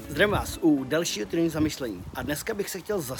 Zdravím vás u dalšího týdenního zamyšlení. A dneska bych se chtěl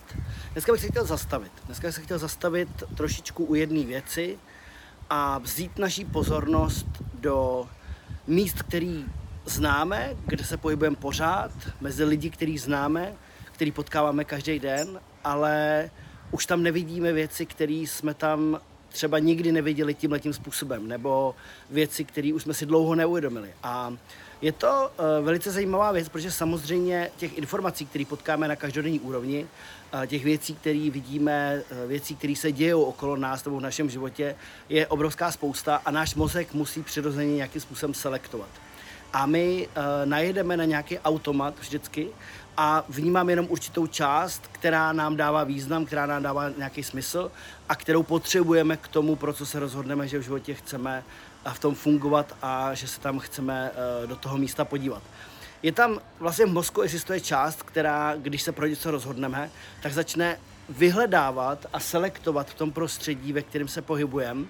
zastavit trošičku u jedné věci a vzít naší pozornost do míst, který známe, kde se pohybujeme pořád, mezi lidi, který známe, který potkáváme každý den, ale už tam nevidíme věci, které jsme tam třeba nikdy neviděli tímhletím způsobem, nebo věci, které už jsme si dlouho neuvědomili. A je to velice zajímavá věc, protože samozřejmě těch informací, které potkáme na každodenní úrovni, těch věcí, které vidíme, věcí, které se dějou okolo nás nebo v našem životě, je obrovská spousta a náš mozek musí přirozeně nějakým způsobem selektovat. A my najedeme na nějaký automat vždycky a vnímáme jenom určitou část, která nám dává význam, která nám dává nějaký smysl a kterou potřebujeme k tomu, pro co se rozhodneme, že v životě chceme v tom fungovat a že se tam chceme do toho místa podívat. Je tam vlastně v mozku existuje část, která, když se pro něco rozhodneme, tak začne vyhledávat a selektovat v tom prostředí, ve kterém se pohybujeme,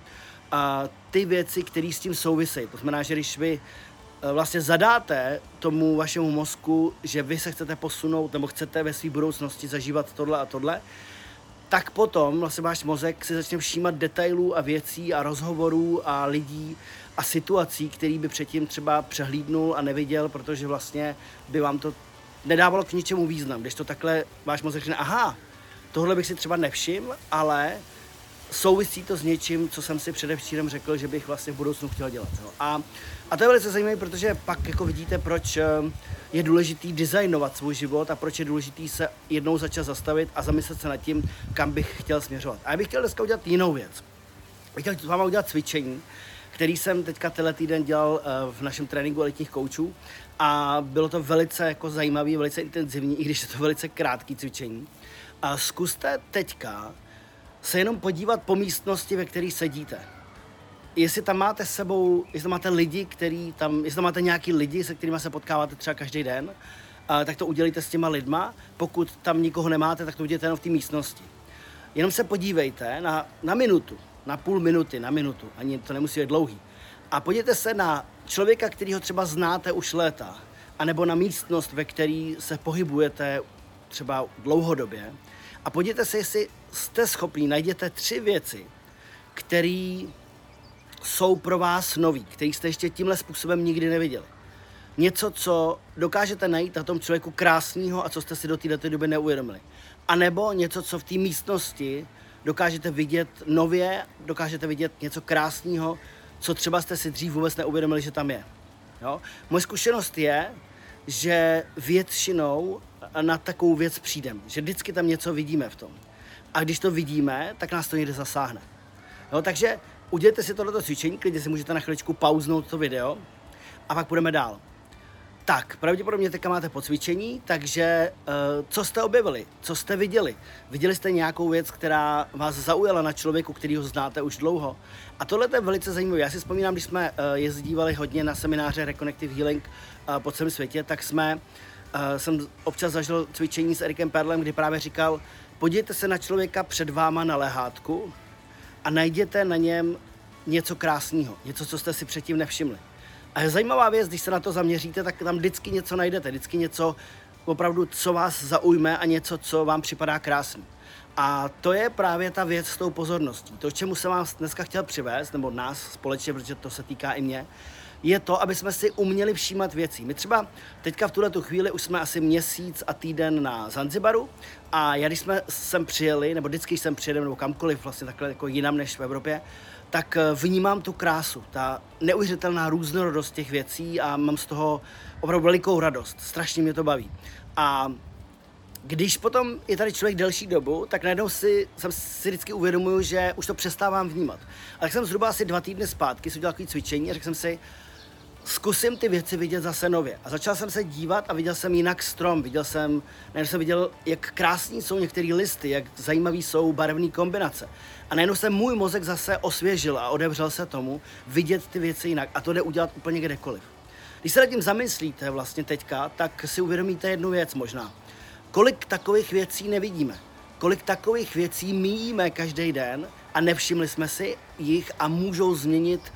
ty věci, které s tím souvisejí. To znamená, že když vy vlastně zadáte tomu vašemu mozku, že vy se chcete posunout nebo chcete ve své budoucnosti zažívat tohle a tohle, tak potom vlastně váš mozek si začne všímat detailů a věcí a rozhovorů a lidí a situací, který by předtím třeba přehlídnul a neviděl, protože vlastně by vám to nedávalo k ničemu význam. Když to takhle váš mozek řekne, aha, tohle bych si třeba nevšiml, ale souvisí to s něčím, co jsem si předevčírem řekl, že bych vlastně v budoucnu chtěl dělat. Jo. A to je velice zajímavé, protože pak jako vidíte, proč je důležitý designovat svůj život a proč je důležitý se jednou začat zastavit a zamyslet se nad tím, kam bych chtěl směřovat. A já bych chtěl dneska udělat jinou věc. Bych chtěl s váma udělat cvičení, který jsem teďka tenhle týden dělal v našem tréninku elitních koučů a bylo to velice jako zajímavé, velice intenzivní, i když je to velice krátké cvičení. A zkuste teďka se jenom podívat po místnosti, ve které sedíte. Jestli tam máte s sebou, jestli tam máte lidi, jestli tam máte nějaký lidi, se kterými se potkáváte třeba každý den, tak to udělejte s těma lidma. Pokud tam nikoho nemáte, tak to udělejte jenom v té místnosti. Jenom se podívejte na minutu, na půl minuty, na minutu, ani to nemusí být dlouhý. A podívejte se na člověka, kterýho třeba znáte už léta, anebo na místnost, ve které se pohybujete třeba dlouhodobě. A podívejte se, jestli jste schopní, najděte 3 věci, které jsou pro vás nový, které jste ještě tímhle způsobem nikdy neviděli. Něco, co dokážete najít na tom člověku krásného a co jste si do této doby neuvědomili. A nebo něco, co v té místnosti dokážete vidět nově, dokážete vidět něco krásného, co třeba jste si dřív vůbec neuvědomili, že tam je. Jo? Moje zkušenost je, že většinou na takovou věc přijdeme, že vždycky tam něco vidíme v tom. A když to vidíme, tak nás to někde zasáhne. Jo, takže udělejte si tohleto cvičení, klidně si můžete na chviličku pauznout to video a pak půjdeme dál. Tak, pravděpodobně teďka máte po cvičení, takže co jste objevili, co jste viděli? Viděli jste nějakou věc, která vás zaujala na člověku, kterýho znáte už dlouho? A tohle je velice zajímavé. Já si vzpomínám, když jsme jezdívali hodně na semináře Reconnective Healing po celém světě, tak jsem občas zažil cvičení s Erikem Perlem, kdy právě říkal, podívejte se na člověka před váma na lehátku a najděte na něm něco krásného, něco, co jste si předtím nevšimli. A je zajímavá věc, když se na to zaměříte, tak tam vždycky něco najdete, vždycky něco opravdu, co vás zaujme a něco, co vám připadá krásný. A to je právě ta věc s tou pozorností. To, čemu jsem vám dneska chtěl přivést, nebo nás společně, protože to se týká i mě, je to, aby jsme si uměli všímat věcí. My třeba teďka v tuhletu chvíli už jsme asi měsíc a týden na Zanzibaru a já když jsme sem přijeli, nebo vždycky jsem přijedem, nebo kamkoliv vlastně takhle jako jinam než v Evropě, tak vnímám tu krásu, ta neuvěřitelná různorodost těch věcí a mám z toho opravdu velikou radost. Strašně mě to baví. A když potom je tady člověk delší dobu, tak najednou jsem si vždycky uvědomuju, že už to přestávám vnímat. A tak jsem zhruba asi 2 týdny zpátky si udělal takové cvičení a řekl jsem si, zkusím ty věci vidět zase nově. A začal jsem se dívat a viděl jsem jinak strom. Najednou jsem viděl, jak krásní jsou některé listy, jak zajímavý jsou barevné kombinace. A najednou se můj mozek zase osvěžil a odevřel se tomu vidět ty věci jinak. A to jde udělat úplně kdekoliv. Když se nad tím zamyslíte vlastně teďka, tak si uvědomíte jednu věc možná. Kolik takových věcí nevidíme? Kolik takových věcí míjíme každý den a nevšimli jsme si jich a můžou změnit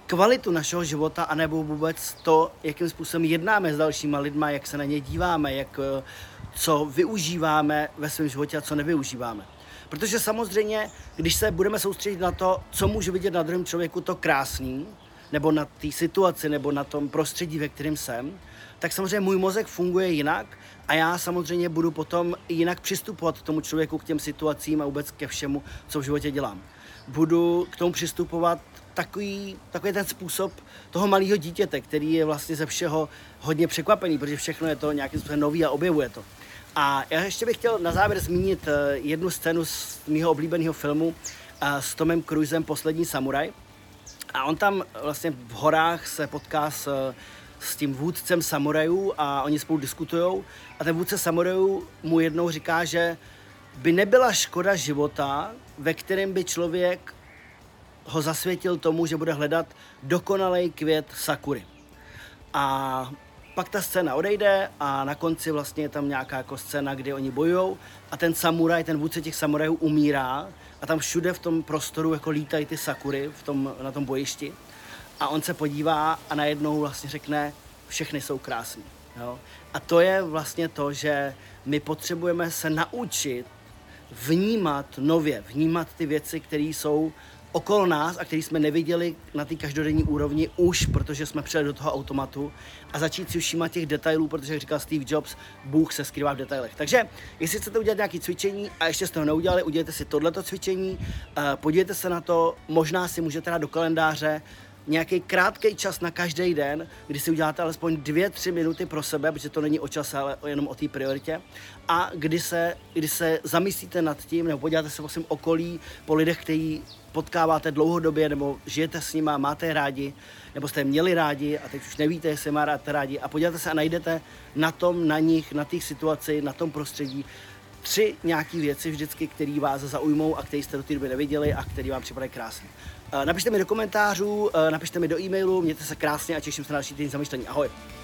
kvalitu našeho života, anebo vůbec to, jakým způsobem jednáme s dalšíma lidma, jak se na ně díváme, co využíváme ve svém životě a co nevyužíváme. Protože samozřejmě, když se budeme soustředit na to, co můžu vidět na druhém člověku, to krásný, nebo na té situaci, nebo na tom prostředí, ve kterém jsem, tak samozřejmě můj mozek funguje jinak a já samozřejmě budu potom jinak přistupovat k tomu člověku, k těm situacím a vůbec ke všemu, co v životě dělám. Budu k tomu přistupovat takový ten způsob toho malého dítěte, který je vlastně ze všeho hodně překvapený, protože všechno je to nějakým způsobem nový a objevuje to. A já ještě bych chtěl na závěr zmínit jednu scénu z mého oblíbeného filmu s Tomem Cruisem Poslední samuraj. A on tam vlastně v horách se potká s tím vůdcem samurajů a oni spolu diskutujou. A ten vůdce samurajů mu jednou říká, že by nebyla škoda života, ve kterém by člověk ho zasvětil tomu, že bude hledat dokonalý květ sakury. A pak ta scéna odejde a na konci vlastně je tam nějaká jako scéna, kdy oni bojujou a ten samuraj, ten vůdce těch samurajů umírá a tam všude v tom prostoru jako lítají ty sakury na tom bojišti a on se podívá a najednou vlastně řekne, všechny jsou krásný. Jo? A to je vlastně to, že my potřebujeme se naučit vnímat ty věci, které jsou okolo nás a který jsme neviděli na té každodenní úrovni už, protože jsme přijeli do toho automatu a začít si všímat těch detailů, protože jak říkal Steve Jobs, Bůh se skrývá v detailech. Takže jestli chcete udělat nějaké cvičení a ještě jste ho neudělali, udělejte si tohleto cvičení, podívejte se na to, možná si můžete dát do kalendáře nějaký krátký čas na každý den, kdy si uděláte alespoň 2-3 minuty pro sebe, protože to není o čase, ale jenom o té prioritě. A kdy se zamyslíte nad tím, nebo podíváte se vlastně okolí po lidech, který potkáváte dlouhodobě, nebo žijete s nima, máte je rádi, nebo jste je měli rádi a teď už nevíte, jestli máte rádi. A podíváte se a najdete na tom, na nich, na těch situaci, na tom prostředí 3 nějaké věci vždycky, které vás zaujmou a které jste do té doby neviděli a které vám připadají krásné. Napište mi do komentářů, napište mi do e-mailu, mějte se krásně a těším se na další týden zamyšlení. Ahoj!